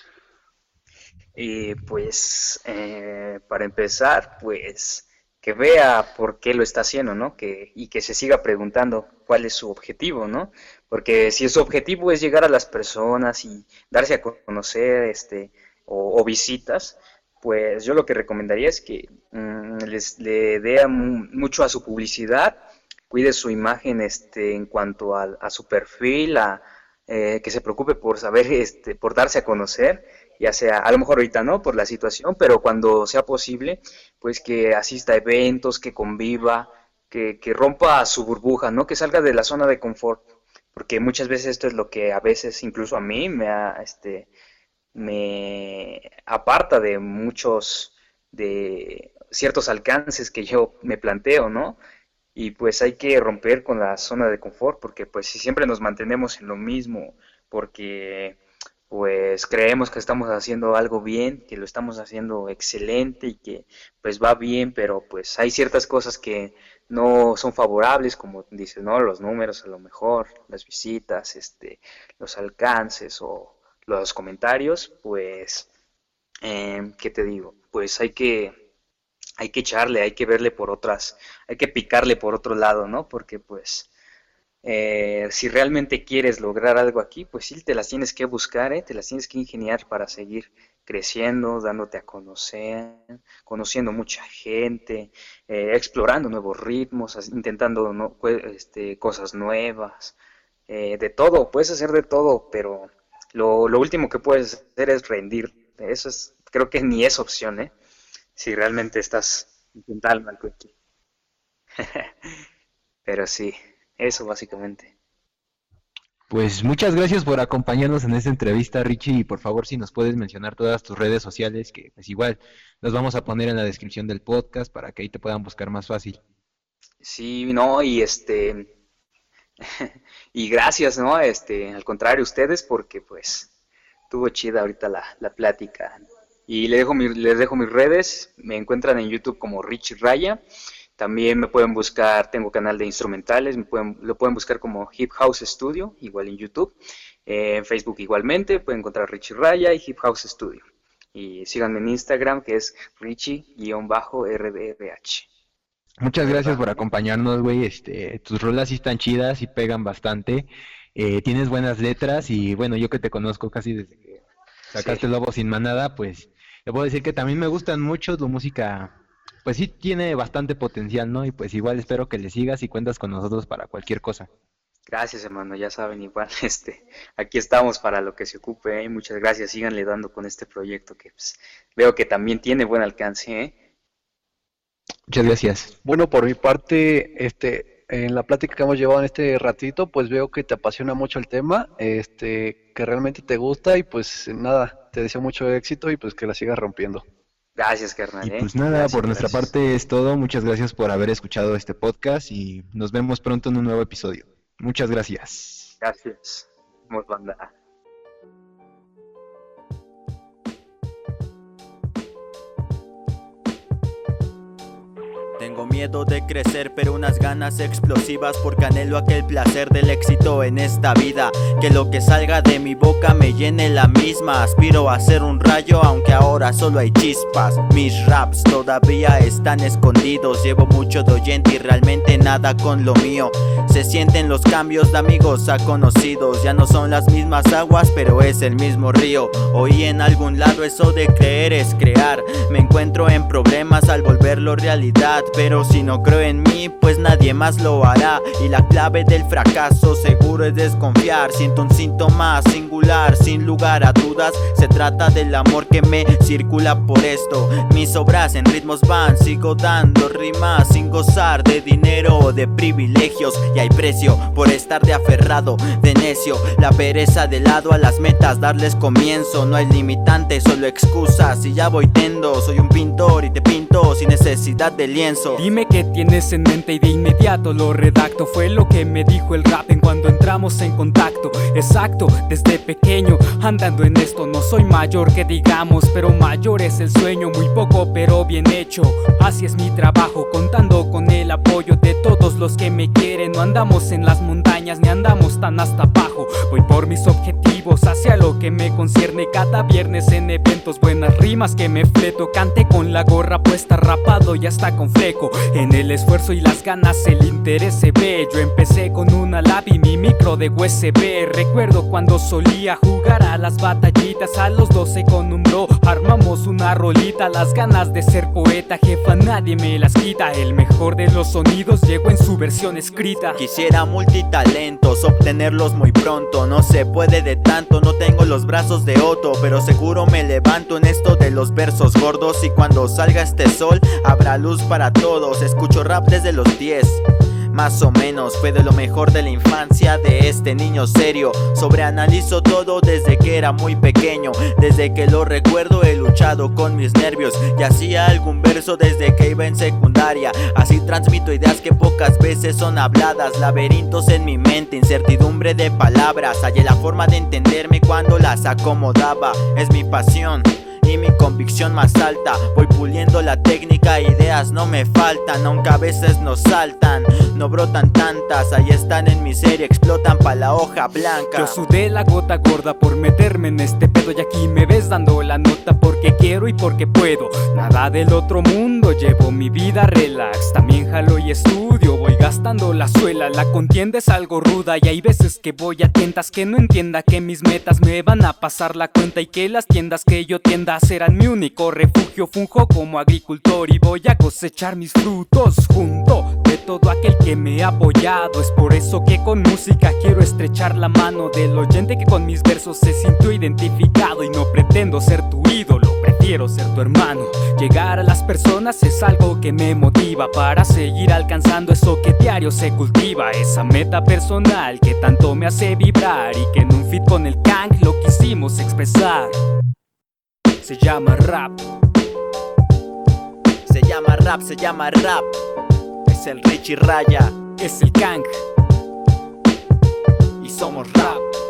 Y pues eh, para empezar, pues que vea por qué lo está haciendo, ¿no? Que, y que se siga preguntando cuál es su objetivo, ¿no? Porque si su objetivo es llegar a las personas y darse a conocer, este, o, o visitas, pues yo lo que recomendaría es que mmm, les le dé mucho a su publicidad, cuide su imagen este, en cuanto a, a su perfil, a, eh, que se preocupe por saber, este, por darse a conocer, ya sea, a lo mejor ahorita no, por la situación, pero cuando sea posible, pues que asista a eventos, que conviva, que, que rompa su burbuja, ¿no? Que salga de la zona de confort, porque muchas veces esto es lo que a veces, incluso a mí, me ha, este, me aparta de muchos, de ciertos alcances que yo me planteo, ¿no? Y pues hay que romper con la zona de confort, porque pues si siempre nos mantenemos en lo mismo, porque pues creemos que estamos haciendo algo bien, que lo estamos haciendo excelente y que pues va bien, pero pues hay ciertas cosas que no son favorables, como dices, ¿no? Los números a lo mejor, las visitas, este, los alcances o los comentarios, pues, eh, ¿qué te digo? Pues hay que, hay que echarle, hay que verle por otras, hay que picarle por otro lado, ¿no? Porque pues, eh, si realmente quieres lograr algo aquí, pues sí, te las tienes que buscar, ¿eh? Te las tienes que ingeniar para seguir creciendo, dándote a conocer, conociendo mucha gente, eh, explorando nuevos ritmos, intentando no, este, cosas nuevas, eh, de todo, puedes hacer de todo, pero lo, lo último que puedes hacer es rendirte. Eso es, creo que ni es opción, ¿eh? Si realmente estás intentando algo aquí. Pero sí, eso básicamente. Pues muchas gracias por acompañarnos en esta entrevista, Richie, y por favor si nos puedes mencionar todas tus redes sociales, que pues igual las vamos a poner en la descripción del podcast para que ahí te puedan buscar más fácil. Sí, no, y este, y gracias, ¿no? Este, al contrario, ustedes, porque pues estuvo chida ahorita la, la plática. Y les dejo, mi, les dejo mis redes, me encuentran en YouTube como Richie Raya. También me pueden buscar, tengo canal de instrumentales, me pueden, lo pueden buscar como Hip House Studio, igual en YouTube. Eh, en Facebook igualmente, pueden encontrar Richie Raya y Hip House Studio. Y síganme en Instagram, que es Richie-R D R H. Muchas gracias por acompañarnos, güey. Este, tus rolas sí están chidas y pegan bastante. Eh, tienes buenas letras y bueno, yo que te conozco casi desde que sacaste sí. Lobo Sin Manada, pues te puedo decir que también me gustan mucho tu música. Pues sí tiene bastante potencial, ¿no? Y pues igual espero que le sigas y cuentas con nosotros para cualquier cosa. Gracias, hermano, ya saben, igual, este, aquí estamos para lo que se ocupe, ¿eh? Muchas gracias, síganle dando con este proyecto que pues, veo que también tiene buen alcance, ¿eh? Muchas gracias. Bueno, por mi parte, este, en la plática que hemos llevado en este ratito, pues veo que te apasiona mucho el tema, este, que realmente te gusta y pues nada, te deseo mucho éxito y pues que la sigas rompiendo. Gracias, carnal. Y pues nada, gracias, por nuestra gracias. parte es todo. Muchas gracias por haber escuchado este podcast y nos vemos pronto en un nuevo episodio. Muchas gracias. Gracias. Vamos, banda. Tengo miedo de crecer, pero unas ganas explosivas porque anhelo aquel placer del éxito en esta vida. Que lo que salga de mi boca me llene la misma. Aspiro a ser un rayo, aunque ahora solo hay chispas. Mis raps todavía están escondidos. Llevo mucho de oyente y realmente nada con lo mío. Se sienten los cambios de amigos a conocidos. Ya no son las mismas aguas, pero es el mismo río. Oí en algún lado eso de creer es crear. Me encuentro en problemas al volverlo realidad. Pero si no creo en mí, pues nadie más lo hará. Y la clave del fracaso seguro es desconfiar. Siento un síntoma singular, sin lugar a dudas. Se trata del amor que me circula por esto. Mis obras en ritmos van, sigo dando rimas sin gozar de dinero o de privilegios. Y hay precio por estar de aferrado, de necio. La pereza de lado a las metas, darles comienzo. No hay limitantes, solo excusas y ya voy tendo. Soy un pintor y te pinto sin necesidad de lienzo. Dime qué tienes en mente y de inmediato lo redacto. Fue lo que me dijo el rap en cuando entramos en contacto. Exacto, desde pequeño andando en esto. No soy mayor que digamos, pero mayor es el sueño. Muy poco pero bien hecho, así es mi trabajo. Contando con el apoyo de todos los que me quieren. No andamos en las montañas ni andamos tan hasta abajo. Voy por mis objetivos hacia lo que me concierne. Cada viernes en eventos, buenas rimas que me fleto. Cante con la gorra puesta, rapado y hasta con fleco. En el esfuerzo y las ganas el interés se ve. Yo empecé con una lab y mi micro micro de U S B. Recuerdo cuando solía jugar a las batallitas a los doce con un bro. Armamos una rolita, las ganas de ser poeta, jefa, nadie me las quita. El mejor de los sonidos llegó en su versión escrita. Quisiera multitalentos, obtenerlos muy pronto. No se puede de tanto, no tengo los brazos de Otto, pero seguro me levanto en esto de los versos gordos. Y cuando salga este sol, habrá luz para todos. Escucho rap desde los diez. Más o menos fue de lo mejor de la infancia de este niño serio. Sobreanalizo todo desde que era muy pequeño. Desde que lo recuerdo he luchado con mis nervios y hacía algún verso desde que iba en secundaria. Así transmito ideas que pocas veces son habladas. Laberintos en mi mente, incertidumbre de palabras. Hallé la forma de entenderme cuando las acomodaba. Es mi pasión y mi convicción más alta. Voy puliendo la técnica, ideas no me faltan, aunque a veces no saltan, no brotan tantas. Ahí están en mi serie, explotan pa' la hoja blanca. Yo sudé la gota gorda por meterme en este pedo, y aquí me ves dando la nota porque quiero y porque puedo. Nada del otro mundo, llevo mi vida relax. También jalo y estudio, voy gastando la suela. La contienda es algo ruda y hay veces que voy a tientas que no entienda que mis metas me van a pasar la cuenta y que las tiendas que yo tienda serán mi único refugio. Funjo como agricultor y voy a cosechar mis frutos junto de todo aquel que me ha apoyado. Es por eso que con música quiero estrechar la mano del oyente que con mis versos se sintió identificado. Y no pretendo ser tu ídolo, prefiero ser tu hermano. Llegar a las personas es algo que me motiva para seguir alcanzando eso que diario se cultiva. Esa meta personal que tanto me hace vibrar y que en un feat con el Kang lo quisimos expresar. Se llama rap. Se llama rap, se llama rap. Es el Richie Raya, es el Kang. y somos rap.